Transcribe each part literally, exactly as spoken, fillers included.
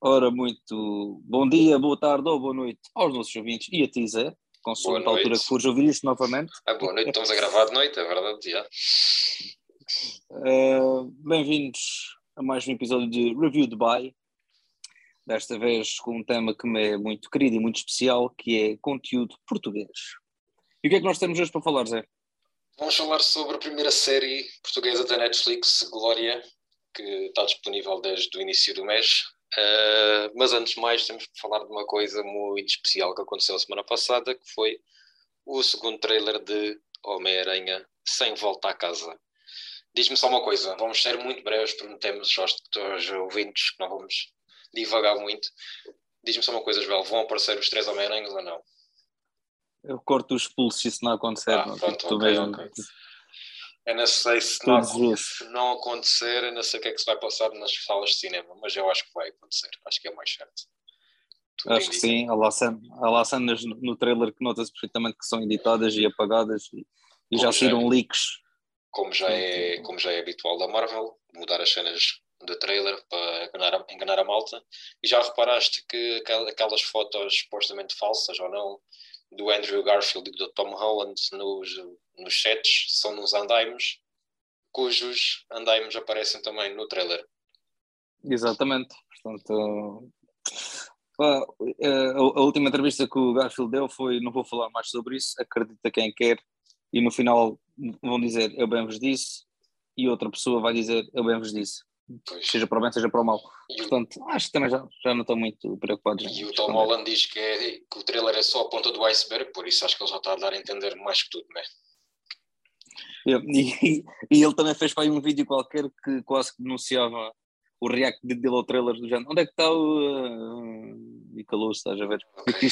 Ora, muito bom dia, boa tarde ou boa noite aos nossos ouvintes e a ti, Zé, consoante a altura que fores ouvir isto novamente. Ah, boa noite, estamos a gravar de noite, é verdade, já. Uh, bem-vindos a mais um episódio de Review Dubai, desta vez com um tema que me é muito querido e muito especial, que é conteúdo português. E o que é que nós temos hoje para falar, Zé? Vamos falar sobre a primeira série portuguesa da Netflix, Glória, que está disponível desde o início do mês. Uh, mas antes de mais temos que falar de uma coisa muito especial que aconteceu a semana passada, que foi o segundo trailer de Homem-Aranha Sem Volta à Casa. Diz-me só uma coisa, vamos ser muito breves, prometemos aos, aos ouvintes que não vamos divagar muito. Diz-me só uma coisa, Joel, vão aparecer os três Homem-Aranhas ou não? Eu corto os pulsos se isso não acontecer. Ah, não, pronto, tipo, ok, mesmo, ok. Eu não sei se não, se não acontecer, eu não sei o que é que se vai passar nas salas de cinema, mas eu acho que vai acontecer, acho que é mais certo. Tudo acho indica. Que sim, há lá, há lá cenas no trailer que nota-se perfeitamente que são editadas e apagadas e, e já saíram leaks. Como já, é, como já é habitual da Marvel, mudar as cenas do trailer para enganar, enganar a malta. E já reparaste que aquelas fotos supostamente falsas ou não, do Andrew Garfield e do Tom Holland nos, nos sets, são nos andaimes, cujos andaimes aparecem também no trailer. Exatamente. Portanto, a, a última entrevista que o Garfield deu foi: não vou falar mais sobre isso, acredita quem quer, e no final vão dizer eu bem vos disse, e outra pessoa vai dizer eu bem vos disse. Pois. Seja para o bem, seja para o mal. E Portanto, o... acho que também já, já não estão muito preocupados. E o Tom Holland diz que, é, que o trailer é só a ponta do iceberg, por isso acho que ele já está a dar a entender mais que tudo, não é? E, e ele também fez para aí um vídeo qualquer que quase que denunciava o react dele ao trailer do género. Onde é que está o... Uh... E calou-se, estás a ver? Okay.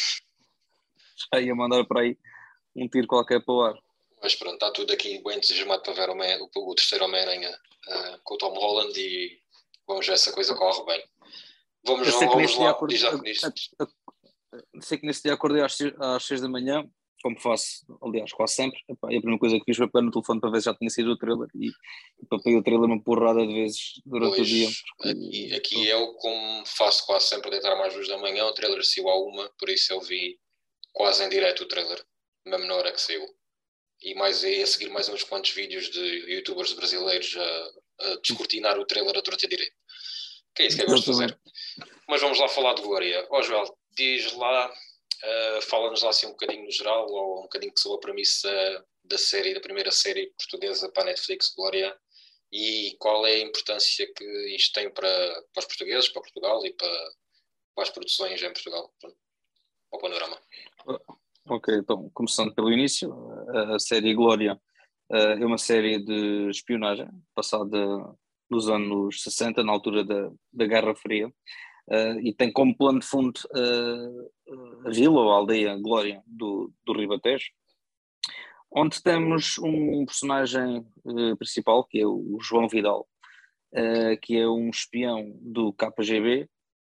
Já ia mandar para aí um tiro qualquer para o ar. Mas pronto, está tudo aqui bem entusiasmado para ver o, o, o terceiro Homem-Aranha uh, com o Tom Holland e vamos ver se a coisa corre bem. Vamos, eu sei vamos que lá. Acordo, Diz, a, diz, a, a, sei que nesse dia acordei às, às seis da manhã, como faço, aliás, quase sempre. Epá, e a primeira coisa que fiz foi pegar no telefone para ver se já tinha saído o trailer e papei o trailer uma porrada de vezes durante pois, o dia. Porque... Aqui, aqui eu, como faço quase sempre deitar mais luz da manhã, o trailer saiu à uma, por isso eu vi quase em direto o trailer, mesmo na hora que saiu. E mais a seguir mais uns quantos vídeos de youtubers brasileiros a, a descortinar o trailer a torta direito. Que é isso que eu gosto de fazer. Mas vamos lá falar de Glória. Ó oh, Joel, diz lá, uh, fala-nos lá assim um bocadinho no geral, ou um bocadinho sobre a premissa da série, da primeira série portuguesa para a Netflix, Glória, e qual é a importância que isto tem para, para os portugueses, para Portugal e para, para as produções em Portugal, para o panorama. Ok, então, começando pelo início, a série Glória é uma série de espionagem passada nos anos sessenta, na altura da, da Guerra Fria, e tem como plano de fundo a vila ou a aldeia Glória do, do Ribatejo, onde temos um personagem principal, que é o João Vidal, que é um espião do K G B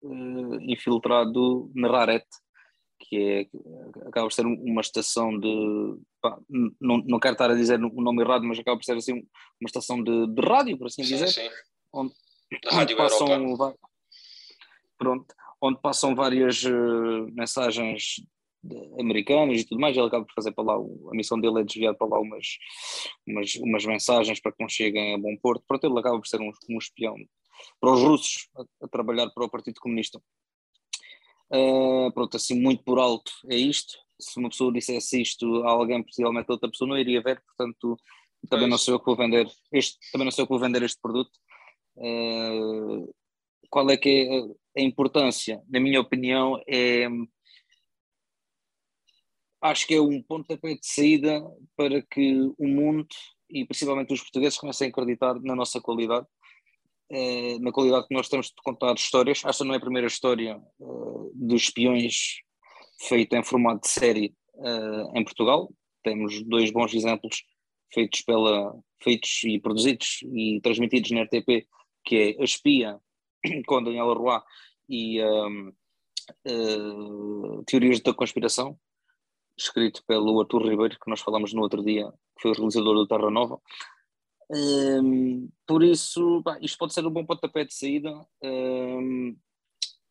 infiltrado na Rarete, que é, acaba por ser uma estação de, pá, não, não quero estar a dizer o nome errado, mas acaba por ser assim uma estação de, de rádio, por assim sim, dizer, sim. onde, onde passam, pronto, onde passam várias uh, mensagens americanas e tudo mais. Ele acaba por fazer para lá, a missão dele é desviar para lá umas, umas, umas mensagens para que não cheguem a bom porto. Pronto, ele acaba por ser um, um espião para os russos a, a trabalhar para o Partido Comunista. Uh, pronto, assim muito por alto é isto. Se uma pessoa dissesse isto a alguém, possivelmente outra pessoa não iria ver, portanto também não sou eu que vou vender este, também não sou eu que vou vender este produto. Uh, qual é que é a importância? Na minha opinião, é, acho que é um pontapé de saída para que o mundo e principalmente os portugueses comecem a acreditar na nossa qualidade, na qualidade que nós temos de contar histórias. Esta não é a primeira história uh, dos espiões feita em formato de série uh, em Portugal. Temos dois bons exemplos feitos, pela, feitos e produzidos e transmitidos na R T P, que é A Espia, com Daniela Roy, e um, uh, Teorias da Conspiração, escrito pelo Artur Ribeiro, que nós falamos no outro dia, que foi o realizador do Terra Nova. Um, por isso, pá, isto pode ser um bom pontapé de saída. Um,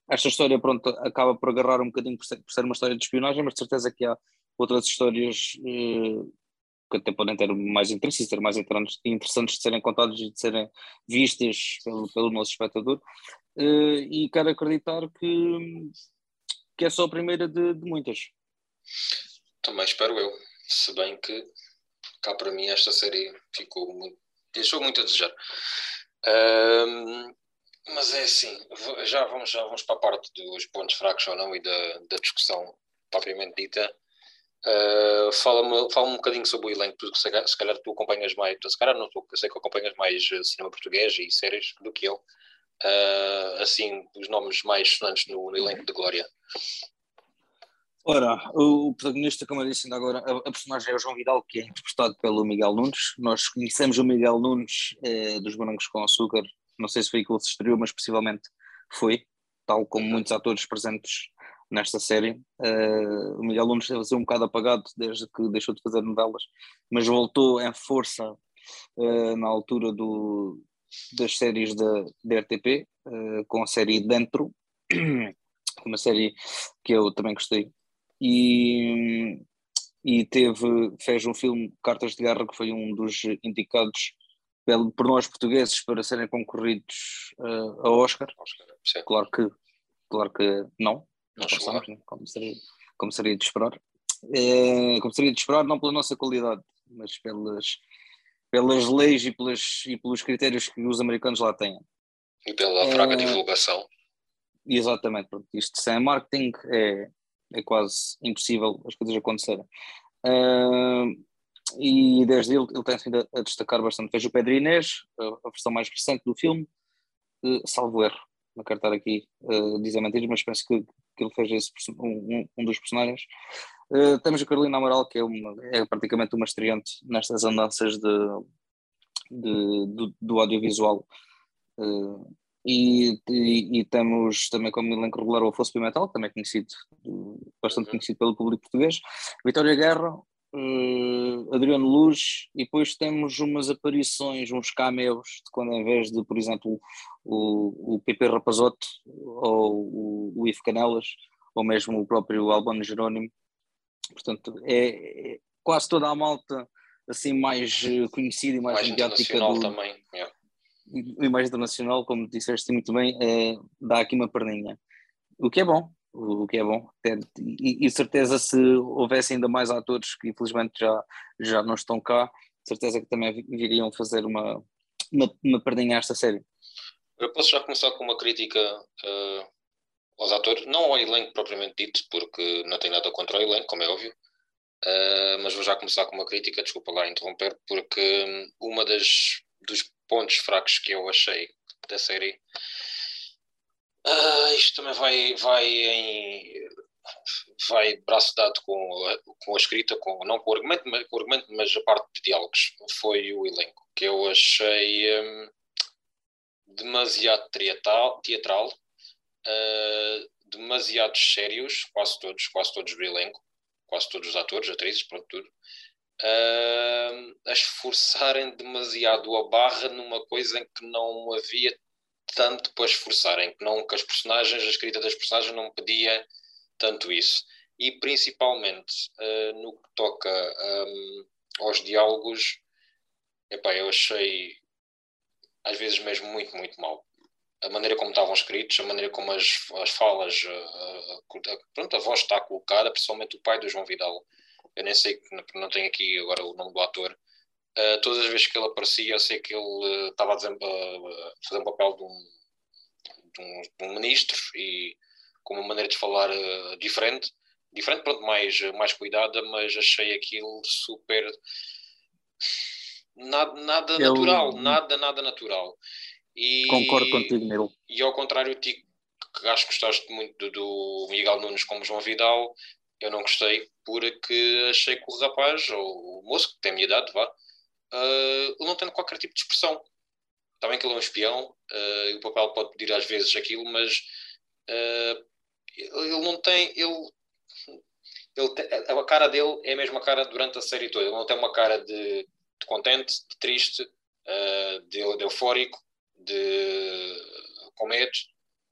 esta história, pronto, acaba por agarrar um bocadinho por ser, por ser uma história de espionagem, mas de certeza que há outras histórias eh, que até podem ter mais interesse e ser mais interessantes, interessantes de serem contadas e de serem vistas pelo, pelo nosso espectador. Eh, e quero acreditar que, que é só a primeira de, de muitas. Também espero eu, se bem que cá para mim esta série ficou muito, deixou muito a desejar. Um, mas é assim, já vamos, já vamos para a parte dos pontos fracos ou não e da, da discussão propriamente dita. Uh, fala-me, fala-me um bocadinho sobre o elenco, tu, se, se calhar tu acompanhas mais, se calhar não, tu, eu sei que acompanhas mais cinema português e séries do que eu. Uh, assim, os nomes mais sonantes no, no elenco de Glória. Ora, o, o protagonista, como eu disse ainda agora, a, a personagem é o João Vidal, que é interpretado pelo Miguel Nunes. Nós conhecemos o Miguel Nunes eh, dos Morangos com Açúcar, não sei se foi que ele se estreou, mas possivelmente foi, tal como Uhum. muitos atores presentes nesta série. Uh, o Miguel Nunes deve ser um bocado apagado desde que deixou de fazer novelas, mas voltou em força uh, na altura do, das séries da, da R T P, uh, com a série Dentro, uma série que eu também gostei. E, e teve, fez um filme, Cartas de Guerra, que foi um dos indicados pelo, por nós portugueses para serem concorridos uh, a Oscar. Oscar, sim. Claro que, claro que não, não, Não passamos, né? como, seria, como seria de esperar. É, como seria de esperar, não pela nossa qualidade, mas pelas, pelas leis e, pelas, e pelos critérios que os americanos lá têm. E pela fraca é, divulgação. Exatamente, pronto, isto sem marketing é, é quase impossível as coisas acontecerem. Uh, e desde ele, ele tem vindo a destacar bastante. Vejo o Pedro Inês, a, a versão mais recente do filme, uh, salvo erro, não quero estar aqui uh, a dizer mentiras, mas penso que, que ele fez esse, um, um dos personagens. Uh, temos a Carolina Amaral, que é, uma, é praticamente uma estreante nestas andanças de, de, do, do audiovisual. Uh, E, e, e temos também como elenco regular o Afonso Pimentel, também conhecido, bastante uhum. conhecido pelo público português, Vitória Guerra, uh, Adriano Luz, e depois temos umas aparições, uns cameos, de quando em vez de, por exemplo, o, o P P Rapazote, ou o, o Ivo Canelas, ou mesmo o próprio Albano Jerónimo. Portanto, é, é quase toda a malta assim mais conhecida e mais, mais mediática internacional do, também, yeah. E mais internacional, como disseste muito bem, é, dá aqui uma perninha. O que é bom, o que é bom. E, e certeza se houvesse ainda mais atores que infelizmente já, já não estão cá, certeza que também viriam fazer uma, uma, uma perninha a esta série. Eu posso já começar com uma crítica uh, aos atores, não ao elenco propriamente dito, porque não tenho nada contra o elenco, como é óbvio, uh, mas vou já começar com uma crítica, desculpa lá interromper, porque uma das dos pontos fracos que eu achei da série, uh, isto também vai, vai em vai braço dado com a, com a escrita, com, não com o, argumento, mas, com o argumento, mas a parte de diálogos, foi o elenco, que eu achei um, demasiado teatral, teatral uh, demasiado sérios, quase todos, quase todos do elenco, quase todos os atores, atrizes, pronto, tudo, uh, a esforçarem demasiado a barra numa coisa em que não havia tanto para esforçarem, que, não, que as personagens, a escrita das personagens não pedia tanto isso. E principalmente uh, no que toca um, aos diálogos, epá, eu achei às vezes mesmo muito, muito mal. A maneira como estavam escritos, a maneira como as, as falas, uh, uh, pronto, a voz está colocada, principalmente o pai do João Vidal. Eu nem sei, não tenho aqui agora o nome do ator. Uh, todas as vezes que ele aparecia, eu sei que ele uh, estava a, dizer, uh, a fazer um papel de um, de um, de um ministro e com uma maneira de falar uh, diferente. Diferente, pronto, mais, mais cuidada, mas achei aquilo super. Nada, nada Eu natural, nada, nada natural. E, concordo contigo nele. E ao contrário, Tico, que acho que gostaste muito do, do Miguel Nunes como João Vidal, eu não gostei, porque achei que o rapaz, ou o moço, que tem a minha idade, vá, uh, ele não tem qualquer tipo de expressão. Está bem que ele é um espião, uh, e o papel pode pedir às vezes aquilo, mas uh, ele não tem. Ele, ele tem, a cara dele é a mesma cara durante a série toda. Ele não tem uma cara de, de contente, de triste, uh, de, de eufórico, de com medo.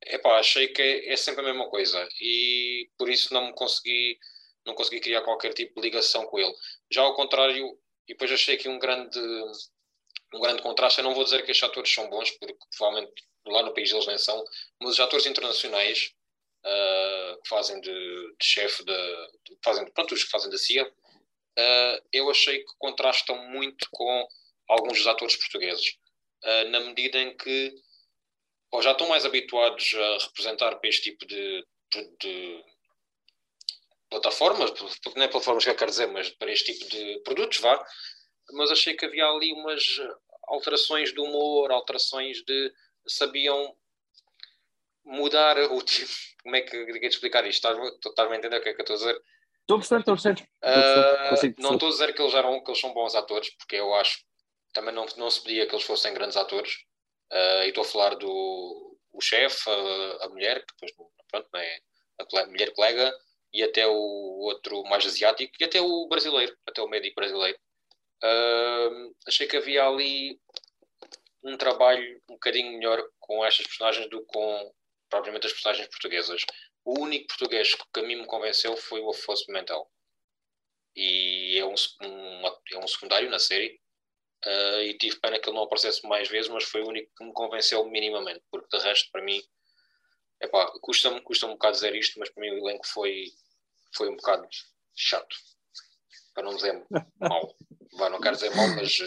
epá, achei que é, é sempre a mesma coisa e por isso não me consegui, não consegui criar qualquer tipo de ligação com ele. Já ao contrário, e depois achei aqui um grande, um grande contraste. Eu não vou dizer que estes atores são bons, porque provavelmente lá no país eles nem são, mas os atores internacionais uh, que fazem de, de chefe, de, de, fazem, pronto, os que fazem da C I A, uh, eu achei que contrastam muito com alguns dos atores portugueses, uh, na medida em que ou já estão mais habituados a representar para este tipo de, de, de plataformas, não é plataformas que eu quero dizer, mas para este tipo de produtos, vá, mas achei que havia ali umas alterações de humor, alterações de... sabiam mudar o tipo... Como é que eu te explicar isto? Estás-me a entender o que é que eu estou a dizer? Estou a perceber, estou a perceber. Uh, não estou a dizer que eles, eram, que eles são bons atores, porque eu acho que também não, não se pedia que eles fossem grandes atores. Uh, e estou a falar do o chefe, a, a mulher, que depois, pronto, é a mulher colega, e até o outro mais asiático, e até o brasileiro, até o médico brasileiro. Uh, achei que havia ali um trabalho um bocadinho melhor com estas personagens do que com propriamente as personagens portuguesas. O único português que a mim me convenceu foi o Afonso Pimentel. E é um, um, é um secundário na série. Uh, e tive pena que ele não aparecesse mais vezes, mas foi o único que me convenceu minimamente, porque de resto, para mim, epá, custa-me, custa um bocado dizer isto, mas para mim o elenco foi, foi um bocado chato, para não dizer mal. Vai, não quero dizer mal, mas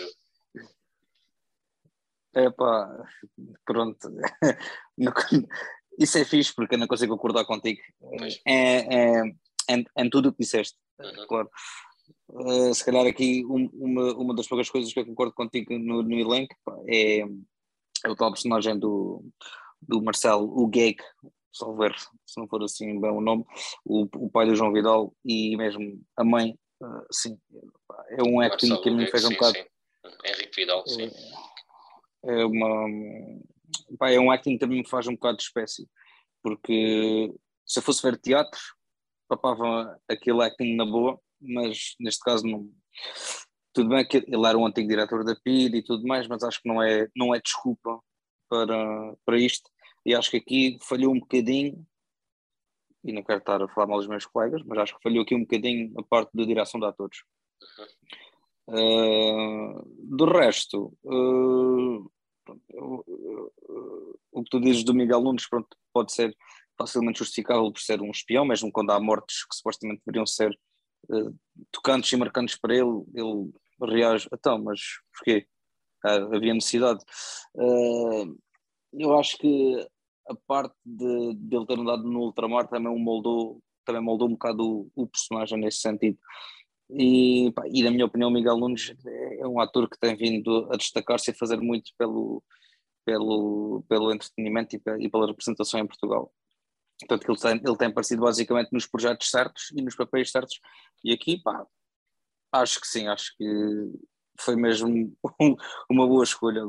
é pá, pronto. Isso é fixe porque eu não consigo acordar contigo é, é, em, em tudo o que disseste, uhum. Claro. Uh, se calhar aqui um, uma, uma das poucas coisas que eu concordo contigo no, no elenco é, é o tal personagem do, do Marcelo, o Gag, só ver se não for assim bem o nome, o, o pai do João Vidal e mesmo a mãe, uh, sim, é um acting Marcelo, que a mim fez um sim, bocado. Sim. Henrique Vidal, é, sim. É, uma, pá, é um acting que também me faz um bocado de espécie, porque se eu fosse ver teatro, papava aquele acting na boa, mas neste caso não. Tudo bem que ele era um antigo diretor da P I D e tudo mais, mas acho que não é, não é desculpa para, para isto, e acho que aqui falhou um bocadinho, e não quero estar a falar mal dos meus colegas, mas acho que falhou aqui um bocadinho a parte da direção de atores. Uh, do resto, uh, pronto, uh, uh, o que tu dizes do Miguel Nunes, pronto, pode ser facilmente justificável por ser um espião, mesmo quando há mortes que supostamente deveriam ser uh, tocantes e marcantes para ele, ele reage, então, mas porquê? Uh, havia necessidade. Uh, eu acho que a parte de, de ele ter andado no ultramar também o moldou, também moldou um bocado o, o personagem nesse sentido. E, pá, e na minha opinião o Miguel Nunes é um ator que tem vindo a destacar-se e a fazer muito pelo, pelo, pelo entretenimento e, e pela representação em Portugal. Portanto, que ele tem, ele tem aparecido basicamente nos projetos certos e nos papéis certos, e aqui, pá, acho que sim, acho que foi mesmo uma boa escolha.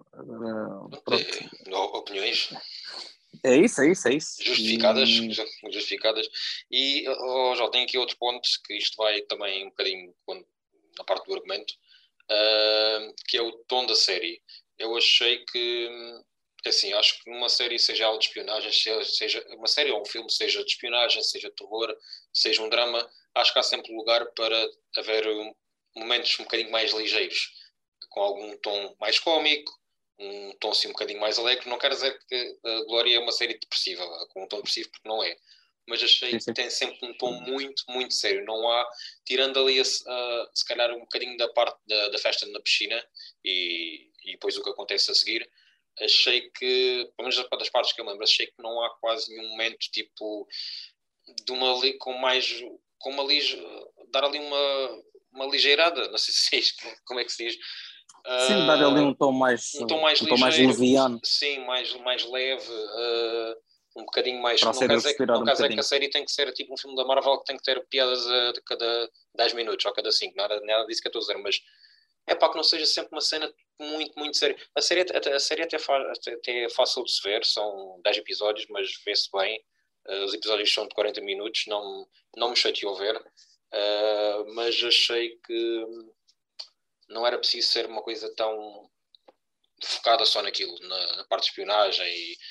Uh, opiniões? É isso, é isso, é isso. Justificadas, e... justificadas. E, oh, já tenho aqui outro ponto, que isto vai também um bocadinho na parte do argumento, uh, que é o tom da série. Eu achei que, assim, acho que numa série, seja ela de espionagem, seja, seja uma série ou um filme, seja de espionagem, seja de terror, seja um drama, acho que há sempre lugar para haver momentos um bocadinho mais ligeiros, com algum tom mais cómico, um tom assim um bocadinho mais alegre. Não quero dizer que a Glória é uma série depressiva, com um tom depressivo, porque não é. Mas achei sim, sim. que tem sempre um tom muito, muito sério. Não há, tirando ali, a, a, se calhar, um bocadinho da parte da, da festa na piscina e, e depois o que acontece a seguir, achei que, pelo menos das partes que eu lembro, achei que não há quase nenhum momento, tipo, de uma, com mais, com uma lige, dar ali uma, uma ligeirada, não sei se é isto, como é que se diz, sim, uh, dar ali um tom mais um tom mais um ligeiro, tom mais leviano, sim, mais, mais leve, uh, um bocadinho mais, para não quer dizer, que, não um quer dizer que a série tem que ser tipo um filme da Marvel que tem que ter piadas a, de cada dez minutos ou cada cinco, nada, nada disso que eu estou a dizer, mas é para que não seja sempre uma cena muito, muito séria. A série, a, a série até, até, até é fácil de se ver, são dez episódios, mas vê-se bem. Uh, os episódios são de quarenta minutos, não, não me chateou ver, uh, mas achei que não era preciso ser uma coisa tão focada só naquilo, na, na parte de espionagem. E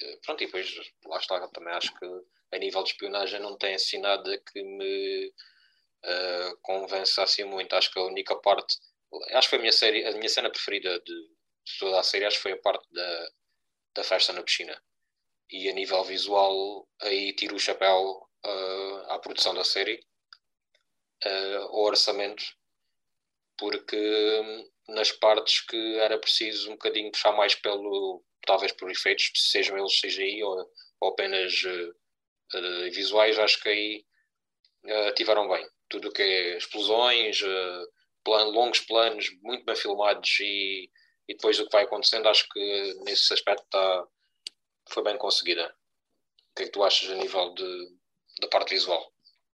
Pronto, e depois lá está, também acho que a nível de espionagem não tem assim nada que me uh, convença assim muito. Acho que a única parte, acho que foi a minha série, a minha cena preferida de, de toda a série, acho que foi a parte da, da festa na piscina. E a nível visual, aí tiro o chapéu uh, à produção da série, uh, ao orçamento, porque hum, nas partes que era preciso um bocadinho puxar mais pelo, talvez por efeitos, sejam eles C G I ou, ou apenas uh, uh, visuais, acho que aí uh, tiveram bem. Tudo o que é explosões, uh, plan, longos planos, muito bem filmados e, e depois do que vai acontecendo, acho que nesse aspecto tá, foi bem conseguida. O que é que tu achas a nível de, da parte visual?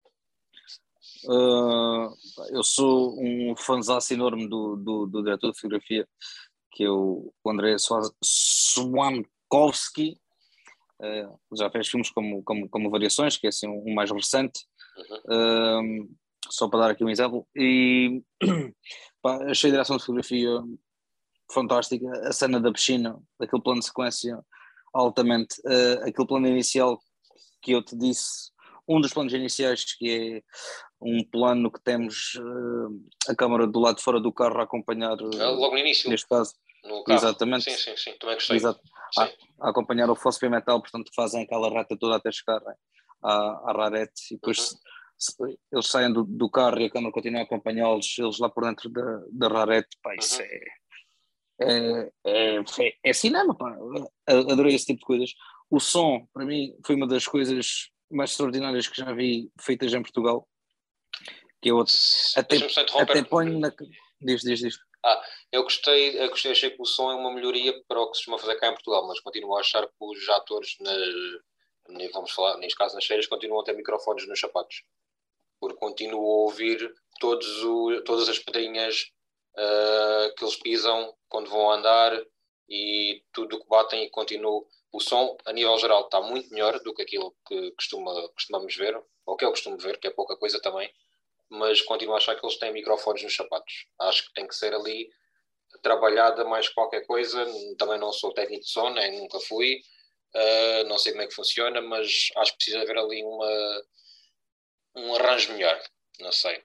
Uh, eu sou um fãzaço enorme do, do, do diretor de fotografia, que é o Andrei Swankowski. Uh, já fez filmes como, como, como Variações, que é assim um mais recente, uhum. uh, só para dar aqui um exemplo. E pá, achei a direção de fotografia fantástica, a cena da piscina, aquele plano de sequência altamente, uh, aquele plano inicial que eu te disse, um dos planos iniciais, que é um plano que temos uh, a câmara do lado de fora do carro a acompanhar, uh, logo no início, neste caso, no carro. Exatamente. Sim, sim, sim, também gostei. Exato. Sim. A, a acompanhar o fósforo metal, portanto fazem aquela rata toda até chegar à, à rarete, e depois uhum. se, se, eles saem do, do carro e a câmara continua a acompanhá-los, eles lá por dentro da, da rarete, pá, isso uhum. é, é, é, é cinema, pá. Adorei esse tipo de coisas. O som, para mim, foi uma das coisas mais extraordinárias que já vi feitas em Portugal, que eu até, até ponho na... Diz, diz, diz. Ah, eu gostei, eu gostei, achei que o som é uma melhoria para o que se costuma fazer cá em Portugal, mas continuo a achar que os atores, na, vamos falar, neste caso nas séries, continuam a ter microfones nos sapatos, porque continuo a ouvir todos o, todas as pedrinhas uh, que eles pisam quando vão andar e tudo o que batem, e continuo. O som, a nível geral, está muito melhor do que aquilo que costuma, costumamos ver, ou que eu costumo ver, que é pouca coisa também, mas continuo a achar que eles têm microfones nos sapatos. Acho que tem que ser ali trabalhada mais qualquer coisa. Também não sou técnico de som, nem nunca fui, uh, não sei como é que funciona, mas acho que precisa haver ali uma, um arranjo melhor, não sei.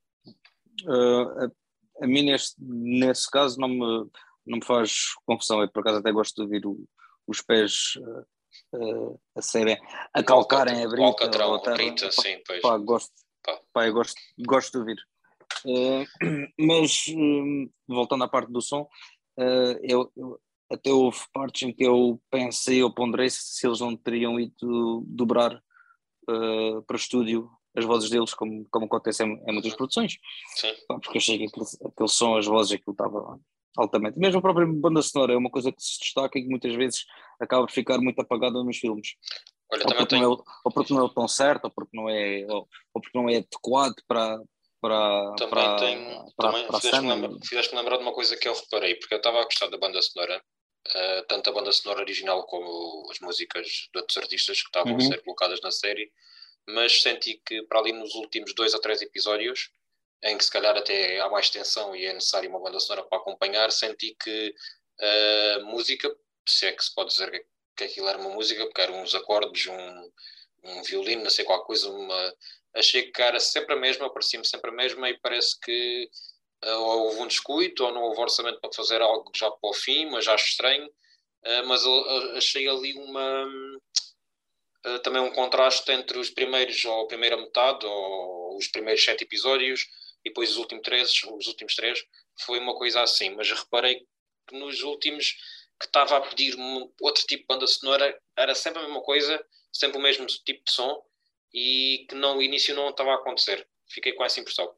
Uh, a, a mim neste, nesse caso não me, não me faz confusão, eu por acaso até gosto de ouvir o, os pés uh, uh, a serem, a calcarem a brita, Alcatrão, ou a terra, brita, pá, sim, pois. Pá, gosto, pá. Pá, eu gosto, gosto de ouvir. Uh, mas uh, voltando à parte do som, uh, eu, eu até houve partes em que eu pensei ou ponderei se eles não teriam ido dobrar uh, para o estúdio as vozes deles, como, como acontece em, em muitas produções. Sim. Pá, porque eu achei que aquele, aquele som, as vozes, aquilo estava altamente. Mesmo a própria banda sonora é uma coisa que se destaca e que muitas vezes acaba por ficar muito apagada nos filmes. Olha, ou, porque tenho... não é, ou porque não é o tom certo, ou porque não é, ou, ou porque não é adequado para, para, também para, tenho, para, também para a fizeste-me cena. lembrar, fizeste-me lembrar de uma coisa que eu reparei, porque eu estava a gostar da banda sonora, uh, tanto a banda sonora original como as músicas de outros artistas que estavam uhum. a ser colocadas na série, mas senti que para ali nos últimos dois ou três episódios, em que se calhar até há mais tensão e é necessário uma banda sonora para acompanhar, senti que a uh, música, se é que se pode dizer que, que aquilo era uma música, porque eram uns acordes, um, um violino, não sei qual coisa, uma... achei que era sempre a mesma, parecia-me sempre a mesma, e parece que uh, ou houve um descuido, ou não houve orçamento para fazer algo já para o fim, mas acho estranho, uh, mas uh, achei ali uma... Uh, também um contraste entre os primeiros, ou a primeira metade, ou os primeiros sete episódios, e depois os últimos três, os últimos três, foi uma coisa assim, mas reparei que nos últimos, que estava a pedir um, outro tipo de banda sonora, era sempre a mesma coisa, sempre o mesmo tipo de som, e que no início não estava a acontecer. Fiquei com essa impressão.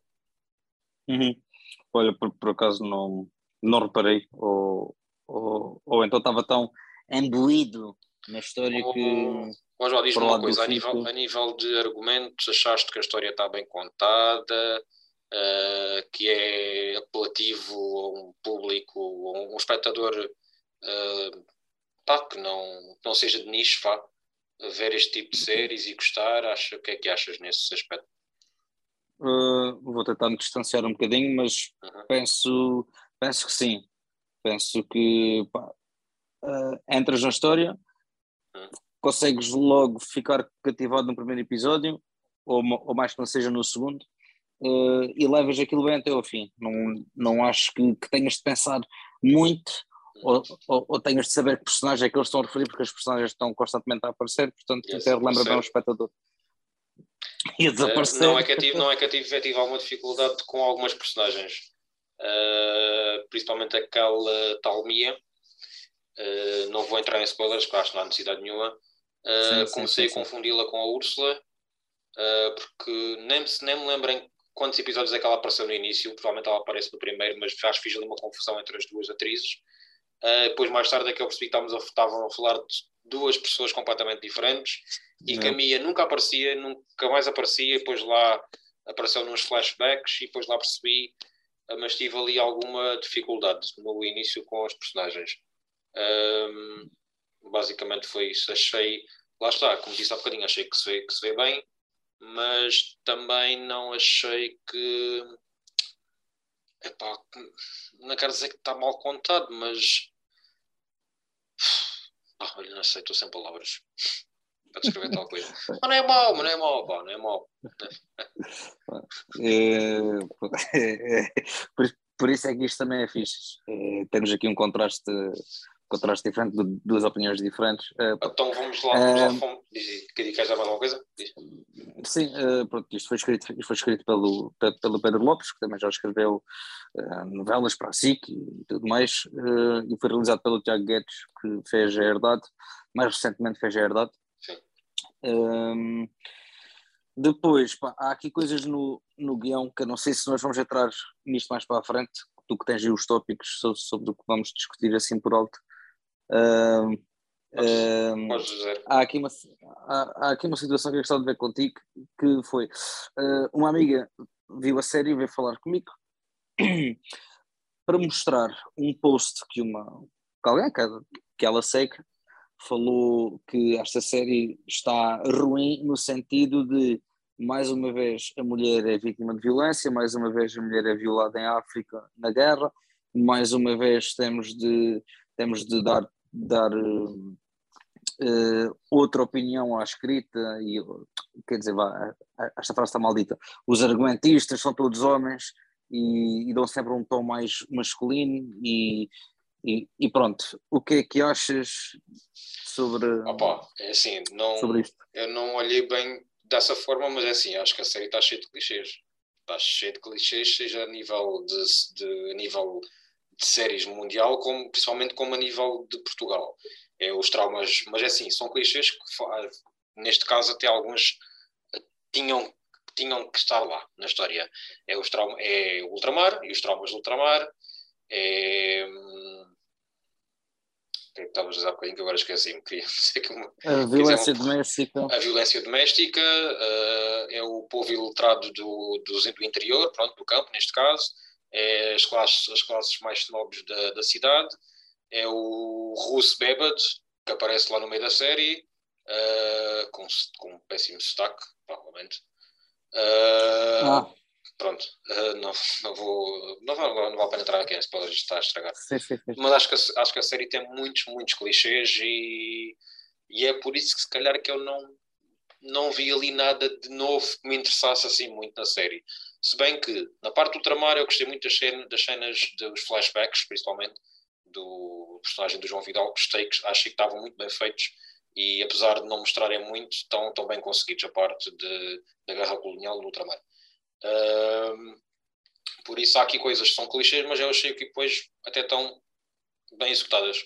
Uhum. Olha, por, por acaso não, não reparei, ou, ou, ou então estava tão imbuído na história oh, que... Mas já diz-me uma coisa, a nível, a nível de argumentos, achaste que a história está bem contada, uh, que é apelativo a um público, a um, um espectador uh, pá, que não, não seja de nicho, vá, ver este tipo de séries e gostar? Acha, o que é que achas nesse aspecto? Uh, vou tentar me distanciar um bocadinho, mas uhum. penso, penso que sim. Penso que pá, uh, entras na história, Hum. consegues logo ficar cativado no primeiro episódio, ou, ou mais que não seja no segundo, uh, e levas aquilo bem até ao fim. Não, não acho que, que tenhas de pensar muito, ou, ou, ou tenhas de saber que personagem é que eles estão a referir, porque os personagens estão constantemente a aparecer, portanto E a até relembra bem o desaparecer. espectador. E a Uh, desaparecer. não é que eu tive, não é que eu tive, eu tive alguma dificuldade com algumas personagens, uh, principalmente aquela tal Mia. Uh, não vou entrar em spoilers, porque acho que não há necessidade nenhuma. Uh, Sim, sim, comecei sim, a sim. confundi-la com a Úrsula, uh, porque nem me, nem me lembro em quantos episódios é que ela apareceu no início. Provavelmente ela aparece no primeiro, mas já fiz ali uma confusão entre as duas atrizes. Uh, depois, mais tarde, é que eu percebi que estávamos a, estavam a falar de duas pessoas completamente diferentes, e que a Mia nunca aparecia, nunca mais aparecia. Depois lá apareceu nos flashbacks, e depois lá percebi, uh, mas tive ali alguma dificuldade no início com os personagens. Um, basicamente foi isso. Achei, lá está, como disse há bocadinho, achei que se vê, que se vê bem, mas também não achei que, epá, não quero dizer que está mal contado, mas ah, olha, não sei, estou sem palavras para descrever tal coisa. Mas não é mau, mas não é mau, pá, não é mau. É, é, por, por isso é que isto também é fixe. É, temos aqui um contraste, contraste diferente, de duas opiniões diferentes. É, Então vamos lá, vamos lá. é, Fomos. Diz, queres dizer mais alguma coisa? Diz. sim, é, pronto, isto foi escrito, isto foi escrito pelo, pelo Pedro Lopes, que também já escreveu é, novelas para a S I C e tudo mais, é, e foi realizado pelo Tiago Guedes, que fez a Herdade, mais recentemente fez a Herdade. Sim. É, depois, pá, há aqui coisas no, no guião que eu não sei se nós vamos entrar nisto mais para a frente, tu que tens aí os tópicos sobre, sobre o que vamos discutir assim por alto. Um, Podes, um, podes dizer. há, aqui uma, há, há aqui uma situação que eu gostava de ver contigo, que foi, uh, uma amiga viu a série e veio falar comigo para mostrar um post que uma que alguém que, que ela segue falou que esta série está ruim no sentido de, mais uma vez, a mulher é vítima de violência, mais uma vez a mulher é violada em África na guerra, mais uma vez temos de, temos de dar, dar uh, uh, outra opinião à escrita, e quer dizer, vá, esta frase está maldita, os argumentistas são todos homens e, e dão sempre um tom mais masculino e e, e pronto, o que é que achas sobre, Opa, é assim, sobre não, isto? eu não olhei bem dessa forma, mas é assim, acho que a série está cheia de clichês. Está cheia de clichês, seja a nível de, de, a nível de séries mundial, como, principalmente como a nível de Portugal. É os traumas, mas é assim, são clichês que, neste caso, até alguns tinham, tinham que estar lá na história. É, os trauma, é o ultramar e os traumas do ultramar, é. O que é que estavas a dizer há bocadinho que agora esqueci-me? Queria dizer que uma, A quer dizer, violência doméstica. a violência doméstica, uh, é o povo iletrado do, do, do interior, pronto, do campo, neste caso, é as classes, as classes mais nobres da, da cidade, é o russo bêbado, que aparece lá no meio da série, uh, com, com um péssimo sotaque, provavelmente. Uh, Ah, pronto, uh, não, não vou. Não vale, não vale a pena entrar aqui, se pode estar a estragar. sim, sim, sim. Mas acho que, a, acho que a série tem muitos, muitos clichês e, e é por isso que se calhar que eu não, não vi ali nada de novo que me interessasse assim muito na série. Se bem que na parte do ultramar eu gostei muito das cenas, das cenas dos flashbacks, principalmente do personagem do João Vidal, gostei, achei que estavam muito bem feitos e apesar de não mostrarem muito, estão, estão bem conseguidos a parte de, da guerra colonial no ultramar. Um, por isso há aqui coisas que são clichês, mas eu achei que depois até estão bem executadas.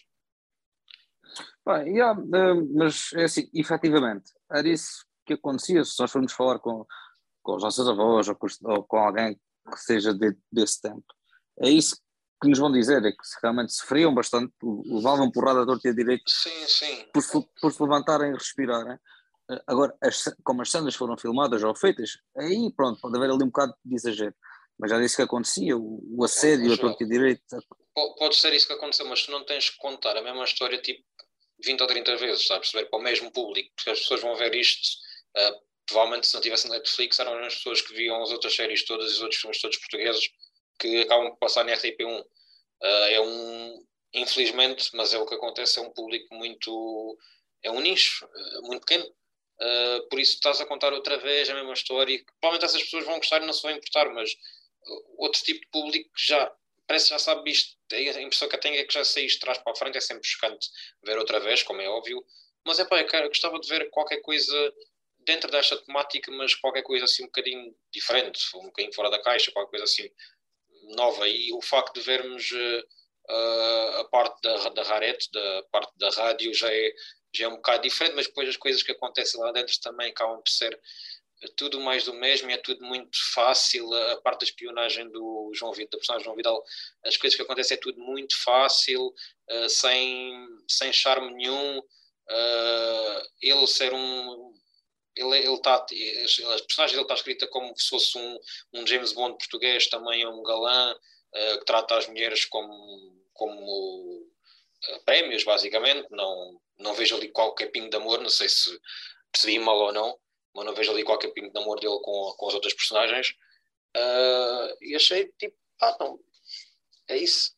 Bem, yeah, uh, mas é assim, efetivamente, era isso que acontecia se nós formos falar com, com os nossos avós ou com, ou com alguém que seja de, desse tempo. É isso que nos vão dizer, é que realmente sofriam bastante, levavam porrada a torta e a direito Sim, sim. por, por se levantarem e respirarem. Agora, as, como as cenas foram filmadas ou feitas, aí pronto, pode haver ali um bocado de exagero. Mas já disse que acontecia, o, o assédio, a torta e a direito. Pode ser isso que aconteceu, mas tu não tens que contar a mesma história tipo vinte ou trinta vezes, está a perceber? Para o mesmo público, porque as pessoas vão ver isto. Uh, provavelmente, se não tivesse Netflix, eram as pessoas que viam as outras séries todas e os outros filmes todos portugueses que acabam por passar na R T P um. Uh, é um, infelizmente, mas é o que acontece, é um público muito é um nicho uh, muito pequeno. Uh, por isso estás a contar outra vez a mesma história e provavelmente essas pessoas vão gostar e não se vão importar, mas outro tipo de público que já parece que já sabe isto. A impressão que eu tenho é que já saíste de trás para a frente. É sempre chocante ver outra vez, como é óbvio, mas é pá, eu, eu gostava de ver qualquer coisa dentro desta temática, mas qualquer coisa assim um bocadinho diferente, um bocadinho fora da caixa, qualquer coisa assim nova. E o facto de vermos uh, uh, a parte da, da rarete, da parte da rádio, já é, já é um bocado diferente, mas depois as coisas que acontecem lá dentro também acabam por ser tudo mais do mesmo, e é tudo muito fácil. A parte da espionagem do João Vidal, da personagem João Vidal, as coisas que acontecem é tudo muito fácil, uh, sem, sem charme nenhum. Uh, ele ser um ele ele está as personagens dele está escrita como se fosse um, um James Bond português, também é um galã uh, que trata as mulheres como, como uh, prémios, basicamente. Não, não vejo ali qualquer pingo de amor, não sei se percebi mal ou não, mas não vejo ali qualquer pingo de amor dele com, com as outras personagens. Uh, e achei tipo, ah, não, é isso.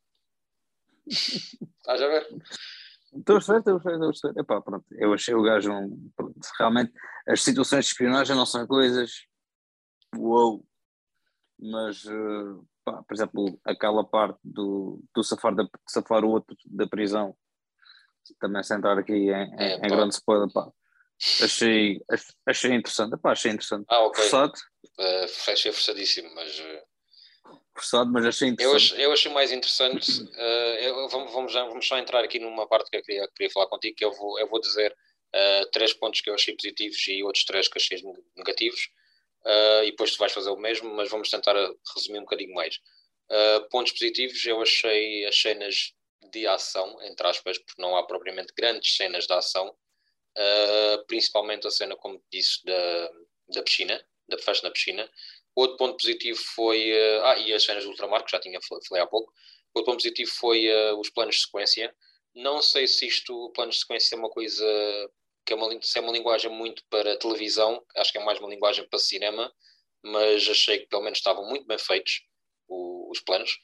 Estás a ver? Estou a perceber, estou a perceber, estou a perceber. Epá, pronto, eu achei o gajo um, pronto, realmente as situações de espionagem não são coisas uou, mas uh, pá, por exemplo, aquela parte do, do safar, da, safar o outro da prisão, também sem entrar aqui em, É, em, em grande spoiler, pá, achei, achei interessante, epá, achei interessante. Ah, ok. Forçado, Uh, achei forçadíssimo, mas uh... forçado, mas achei Eu interessante. achei, eu achei mais interessante. Uh, eu, vamos, vamos, já, vamos só entrar aqui numa parte que eu queria, queria falar contigo, que eu vou, eu vou dizer uh, três pontos que eu achei positivos e outros três que achei negativos, uh, e depois tu vais fazer o mesmo, mas vamos tentar resumir um bocadinho mais. Uh, pontos positivos, eu achei as cenas de ação, entre aspas, porque não há propriamente grandes cenas de ação, uh, principalmente a cena, como disse, da, da piscina, da festa na piscina. Outro ponto positivo foi. Uh, ah, e as cenas do ultramar, que já tinha falei há pouco. Outro ponto positivo foi uh, os planos de sequência. Não sei se isto, planos de sequência, é uma coisa que é uma, se é uma linguagem muito para televisão, acho que é mais uma linguagem para cinema, mas achei que pelo menos estavam muito bem feitos o, os planos.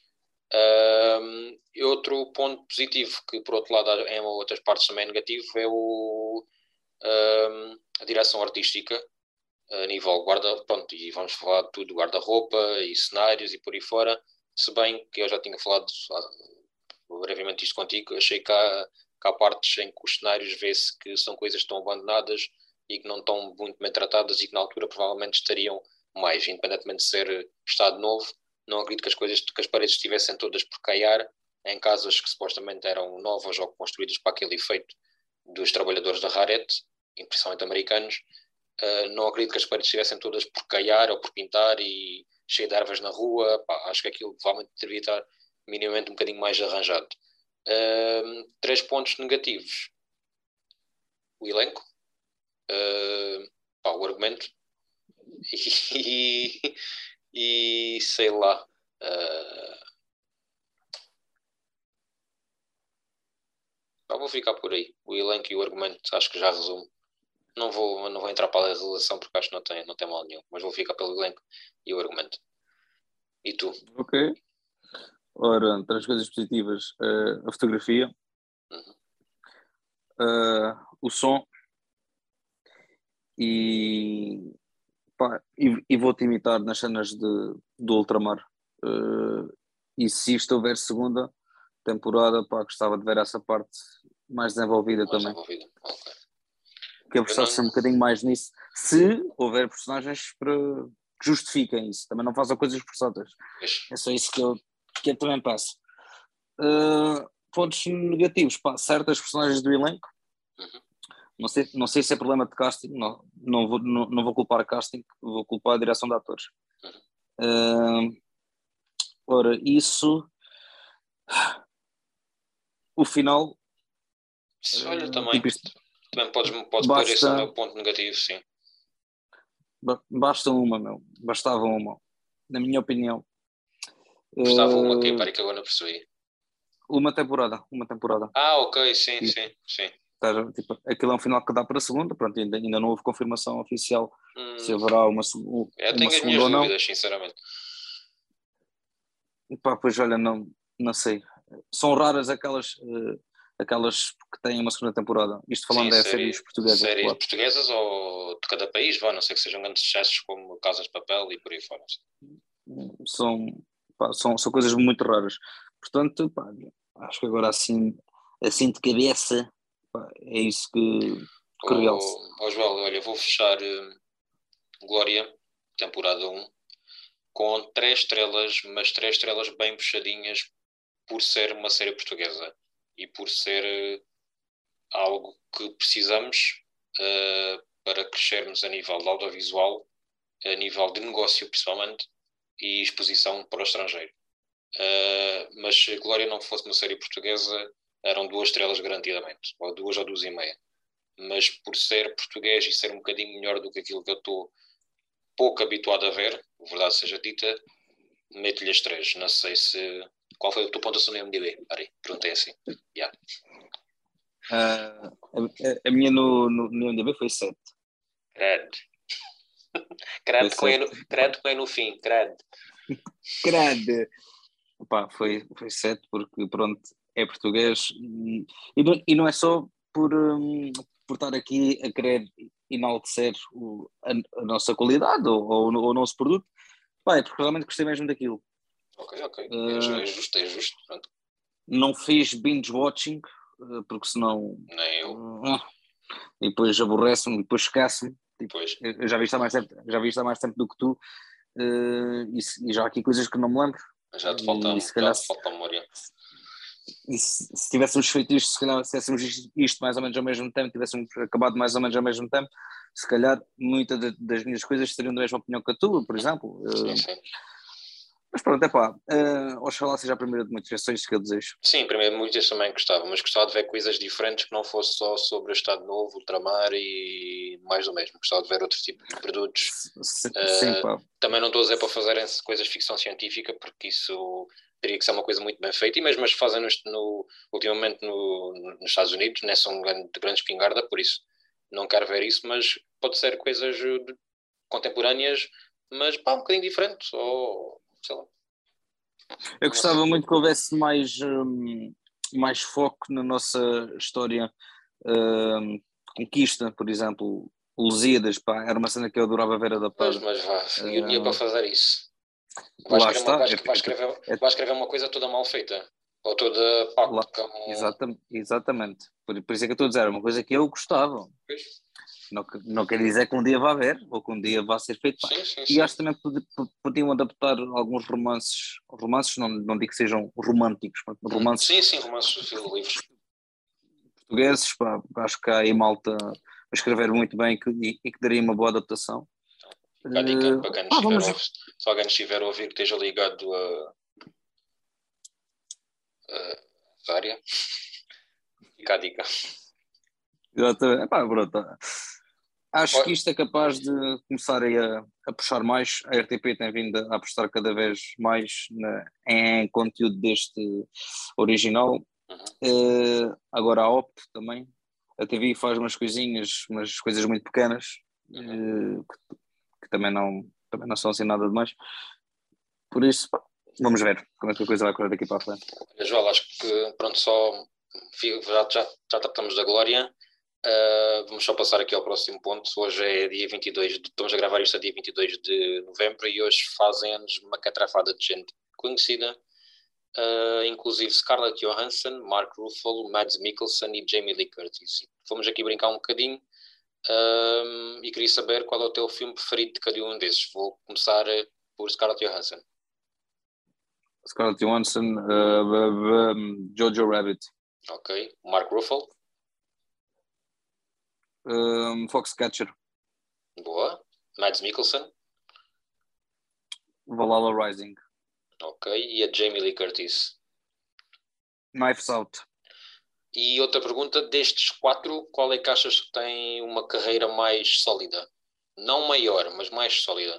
Um, e outro ponto positivo, que por outro lado em outras partes também é negativo, é o, um, a direção artística a nível guarda, pronto, e vamos falar de tudo, guarda-roupa e cenários e por aí fora, se bem que eu já tinha falado uh, brevemente isto contigo, achei que há, que há partes em que os cenários vê-se que são coisas que estão abandonadas e que não estão muito bem tratadas e que na altura provavelmente estariam mais, independentemente de ser estado novo. Não acredito que as coisas, que as paredes estivessem todas por caiar em casas que supostamente eram novas ou construídas para aquele efeito dos trabalhadores da Rarete, principalmente americanos. Uh, não acredito que as paredes estivessem todas por caiar ou por pintar e cheio de ervas na rua. Pá, acho que aquilo provavelmente deveria estar minimamente um bocadinho mais arranjado. Uh, três pontos negativos: o elenco, uh, pá, o argumento e, e sei lá. Uh, pá, vou ficar por aí. O elenco e o argumento acho que já resumo. Não vou, não vou entrar para a relação porque acho que não tem, não tem mal nenhum, mas vou ficar pelo elenco e o argumento. E tu? Ok. Ora, entre as coisas positivas, uh, a fotografia, Uhum. uh, o som e, pá, e, e vou-te imitar nas cenas de, do ultramar. Uh, e se isto houver segunda temporada, pá, gostava de ver essa parte mais desenvolvida Mais também. desenvolvida. Okay. Que eu preciso ser um bocadinho mais nisso, se houver personagens para que justifiquem isso. Também não façam coisas forçadas. É só isso que eu, que eu também passo. Uh, pontos negativos, pá, certas personagens do elenco. Uhum. Não sei, não sei se é problema de casting, não, não, vou, não, não vou culpar a casting, vou culpar a direção de atores. Uhum. Uh, ora, isso. O final. Olha, Uh, também. tipo isto, também podes, podes basta, pôr esse ao meu ponto negativo, sim. Basta uma, meu. Bastava uma. Na minha opinião. Gostava uma que Uh, para que eu não percebi. Uma temporada, uma temporada. Ah, ok, sim, Tipo, sim, sim. Tá, tipo, aquilo é um final que dá para a segunda, pronto, ainda, ainda não houve confirmação oficial Hum, se haverá uma, eu uma tenho as segunda minhas ou não. dúvidas, sinceramente. E pá, pois olha, não, não sei. São raras aquelas, uh, aquelas que têm uma segunda temporada. Isto falando Sim, de série, séries portuguesas. séries Claro. portuguesas ou de cada país, vá, a não ser que sejam grandes sucessos como Casas de Papel e por aí fora. São, pá, são, são coisas muito raras. Portanto, pá, acho que agora assim, assim de cabeça, pá, é isso que, que realça. Ó João, olha, vou fechar uh, Glória, temporada um, com três estrelas, mas três estrelas bem puxadinhas por ser uma série portuguesa e por ser uh, algo que precisamos uh, para crescermos a nível de audiovisual, a nível de negócio principalmente, e exposição para o estrangeiro. Uh, mas se Glória não fosse uma série portuguesa, eram duas estrelas garantidamente, ou duas ou duas e meia. Mas por ser português e ser um bocadinho melhor do que aquilo que eu estou pouco habituado a ver, verdade seja dita, meto-lhe as três. Não sei se... Qual foi a tua pontuação no I M D B? Ari, perguntei assim. Yeah. Uh, a, a minha no, no, no I M D B foi sete. Credo. Credo com, no, credo com no fim, credo. Credo. Pá, foi, foi sete porque pronto, é português e, e, não, e não é só por, um, por estar aqui a querer enaltecer o, a, a nossa qualidade ou, ou, ou o nosso produto, pá, é porque realmente gostei mesmo daquilo. Ok, ok, uh, é justo, é justo, pronto. Não fiz binge watching uh, porque senão nem eu uh, e depois aborrece-me e depois esquece-me. Tipo, eu já vi isto há mais tempo, já vi isto há mais tempo do que tu uh, e, e já há aqui coisas que não me lembro. Já te falta, se calhar, já te falta memória. E se, se tivéssemos feito isto, se calhar se tivéssemos isto mais ou menos ao mesmo tempo, tivéssemos acabado mais ou menos ao mesmo tempo, se calhar muitas das minhas coisas estariam da mesma opinião que a tua, por exemplo. Sim, sim. Mas pronto, é pá, uh, oxalá seja a primeira de muitas gerações que eu desejo. Sim, primeiro muitas também gostava, mas gostava de ver coisas diferentes que não fosse só sobre o Estado Novo, Ultramar e mais do mesmo. Gostava de ver outro tipo de produtos. Sim, uh, sim, pá. Também não estou a dizer para fazerem coisas de ficção científica, porque isso teria que ser uma coisa muito bem feita, e mesmo as que fazem no, no, ultimamente no, nos Estados Unidos, né, são de grande espingarda, por isso não quero ver isso, mas pode ser coisas contemporâneas, mas pá, um bocadinho diferente, ou sei lá. Eu gostava Nossa. muito que houvesse mais, um, mais foco na nossa história um, de conquista, por exemplo, Lusíadas, pá, era uma cena que eu adorava ver adaptada. Mas, mas vá, e o dinheiro para fazer isso? Vai escrever, está. Uma, vai, É, vai, escrever, é, vai escrever uma coisa toda mal feita, ou toda pá, lá, como... exatamente, exatamente. Por, por isso é que eu estou a dizer, uma coisa que eu gostava. Pois. Não, não quer dizer que um dia vá haver, ou que um dia vá ser feito. Sim, sim, e sim. acho que também podiam adaptar alguns romances, romances não, não digo que sejam românticos, mas romances. Sim, sim, romances livres. Portugueses, pá, acho que há aí malta a escrever muito bem que, e, e que daria uma boa adaptação. Fica a dica, para quem nos uh, estiver a ouvir, se alguém nos estiver a ouvir que esteja ligado a, a área, fica a dica. Exatamente. Epá, pronto. Acho que isto é capaz de começar a, a puxar mais. A R T P tem vindo a apostar cada vez mais na, em conteúdo deste original. Uhum. Uh, agora a O P também. A T V faz umas coisinhas, umas coisas muito pequenas, uhum. uh, que, que também, não, também não são assim nada demais. Por isso, pá, vamos ver como é que a coisa vai correr daqui para a frente. João, acho que pronto, só já, já, já tratamos da Glória. Uh, vamos só passar aqui ao próximo ponto. Hoje é dia vinte e dois, de, estamos a gravar isto a dia vinte e dois de novembro e hoje fazem anos uma catrafada de gente conhecida, uh, inclusive Scarlett Johansson, Mark Ruffalo, Mads Mikkelsen e Jamie Lee Curtis. Vamos aqui brincar um bocadinho uh, e queria saber qual é o teu filme preferido de cada um desses. Vou começar por Scarlett Johansson. Scarlett Johansson, uh, um, Jojo Rabbit. Ok. Mark Ruffalo. Um, Foxcatcher. Boa. Mads Mikkelsen. Valhalla Rising. Ok. E a Jamie Lee Curtis? Knives Out. E outra pergunta, destes quatro, qual é que achas que tem uma carreira mais sólida? Não maior, mas mais sólida.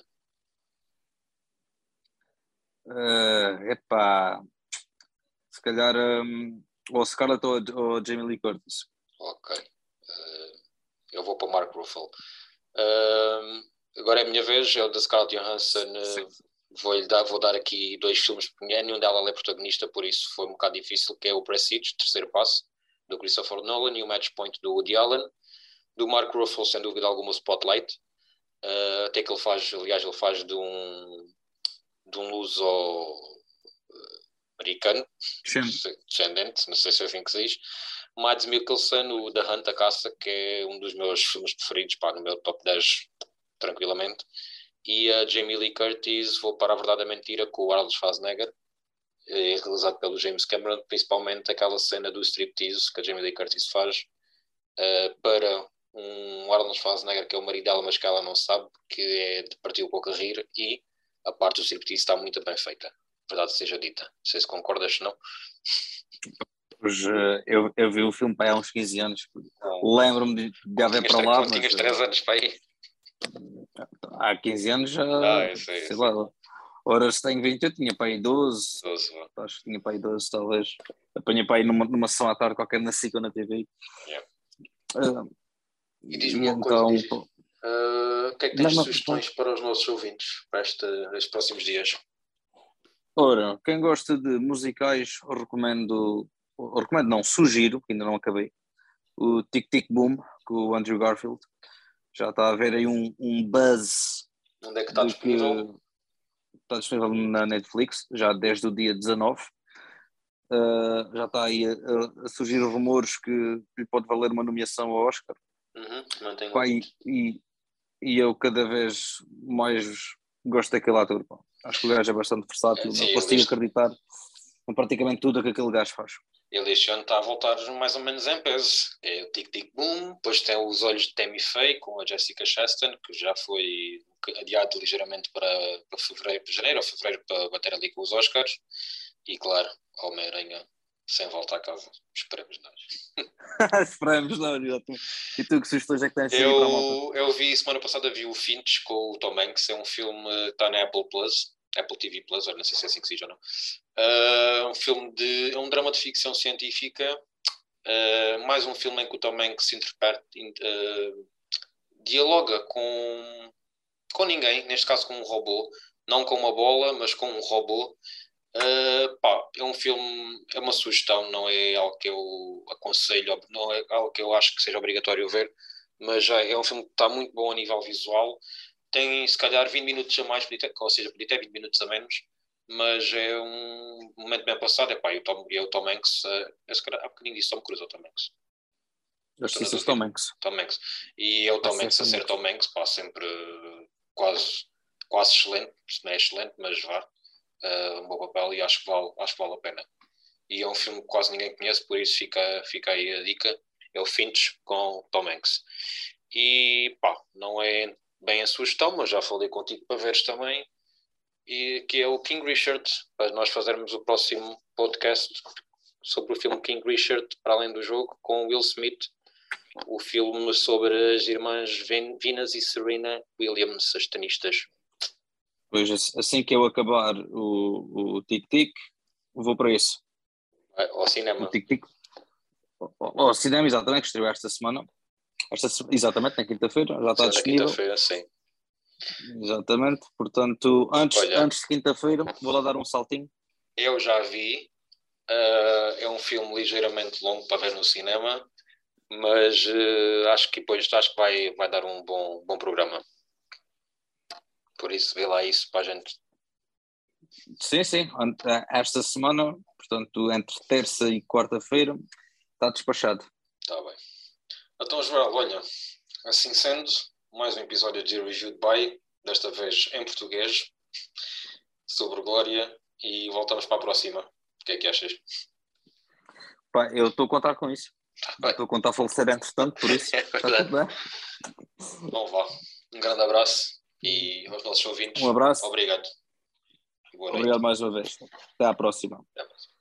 Uh, epá, se calhar um, ou Scarlett ou, ou Jamie Lee Curtis. Ok. Uh, eu vou para o Mark Ruffalo. Uh, agora é a minha vez, é o da Scarlett Johansson. Uh, vou, dar, vou dar aqui dois filmes, porque nenhum dela é protagonista, por isso foi um bocado difícil, que é o Prestige, Terceiro Passo, do Christopher Nolan, e o Match Point do Woody Allen. Do Mark Ruffalo, sem dúvida alguma, o Spotlight. Uh, até que ele faz, aliás, ele faz de um, de um luso americano, descendente, não sei se é assim que se diz. Mads Mikkelsen, o The Hunt, a Caça, que é um dos meus filmes preferidos, pá, no meu top dez, tranquilamente. E a Jamie Lee Curtis, vou para a verdade a mentira, com o Arnold Schwarzenegger, é realizado pelo James Cameron, principalmente aquela cena do striptease que a Jamie Lee Curtis faz uh, para um Arnold Schwarzenegger que é o marido dela, mas que ela não sabe, que é de partir o pouco a rir, e a parte do striptease está muito bem feita, verdade seja dita. Não sei se concordas, não? Pois, uh, eu, eu vi o filme há uns quinze anos, lembro-me de, de haver para lá, mas... tinhas três anos para aí? Há quinze anos já, ah, eu sei, eu sei sei. lá, ora se tenho vinte, eu tinha para aí doze, doze acho que tinha para aí doze talvez, apanhei para aí numa, numa sessão à tarde qualquer na S I C ou na T V. Yeah. Uh, e diz-me e uma então, coisa, diz, uh, o que é que tens não, de não, sugestões não. para os nossos ouvintes para este, estes próximos dias? Ora, quem gosta de musicais, recomendo, recomendo não, sugiro, que ainda não acabei, o Tic Tic Boom, com o Andrew Garfield. Já está a haver aí um, um buzz. Onde é que está de disponível? Que está disponível na Netflix, já desde o dia dezanove. Uh, já está aí a, a surgir rumores que lhe pode valer uma nomeação ao Oscar. Uhum, Pá, e, e, e eu cada vez mais gosto daquele ator. Pá. Acho que o gajo é bastante versátil, é, sim, não consigo este, acreditar em praticamente tudo o que aquele gajo faz. Ele este ano está a voltar mais ou menos em peso. É o Tic Tic Boom, depois tem Os Olhos de Tammy Faye com a Jessica Chastain, que já foi adiado ligeiramente para, para fevereiro, para janeiro ou fevereiro, para bater ali com os Oscars. E claro, Homem-Aranha sem volta a casa. Esperemos nós. Esperemos não, exatamente. E tu que sugestões é que tens aí Eu, para a malta? eu vi, semana passada vi o Finch com o Tom Hanks, é um filme que está na Apple Plus, Apple T V Plus, ou não sei se é assim que se diz ou não. Uh, um filme de, é um drama de ficção científica, uh, mais um filme em que o Tom Hanks interpreta, uh, dialoga com, com ninguém, neste caso com um robô, não com uma bola, mas com um robô. Uh, pá, é um filme, é uma sugestão, não é algo que eu aconselho, não é algo que eu acho que seja obrigatório ver, mas já é um filme que está muito bom a nível visual. Tem se calhar vinte minutos a mais, ou seja, podia ter vinte minutos a menos, mas é um momento bem passado. É pá, e o Tom, e o Tom Hanks, uh, eu se calhar, há bocadinho disse Tom Cruise ou Tom Hanks. Acho que Tom Hanks. Tom Hanks. E é o Tom Hanks a ser Tom Hanks, pá, sempre quase, quase excelente, se não é excelente, mas vá. Uh, um bom papel, e acho que, vale, acho que vale a pena. E é um filme que quase ninguém conhece, por isso fica, fica aí a dica. É o Finch com Tom Hanks. E pá, não é bem a sugestão, mas já falei contigo para veres também, e que é o King Richard, para nós fazermos o próximo podcast sobre o filme King Richard, para além do jogo, com Will Smith, o filme sobre as irmãs Venus e Serena Williams, as tenistas. Pois, assim que eu acabar o, o Tic-Tic, vou para isso. Ao cinema. O Tic-Tic. Ao cinema, exatamente, que estreou esta semana. Esta, exatamente, na quinta-feira, já está sim, disponível. Na quinta-feira, sim. Exatamente, portanto, antes, Olha, antes de quinta-feira, vou lá dar um saltinho. Eu já vi, uh, é um filme ligeiramente longo para ver no cinema, mas uh, acho que depois acho que vai, vai dar um bom, bom programa. Por isso, vê lá isso para a gente. Sim, sim, esta semana, portanto, entre terça e quarta-feira, está despachado. Está bem. Então, Joel, olha, assim sendo, mais um episódio de Reviewed By, desta vez em português, sobre Glória, e voltamos para a próxima. O que é que achas? Pá, eu estou a contar com isso. Estou a contar a falecer entretanto, por isso. É está tudo bem. Então vá. Um grande abraço e aos nossos ouvintes. Um abraço. Obrigado. Boa noite. Obrigado mais uma vez. Até à próxima. Até à próxima.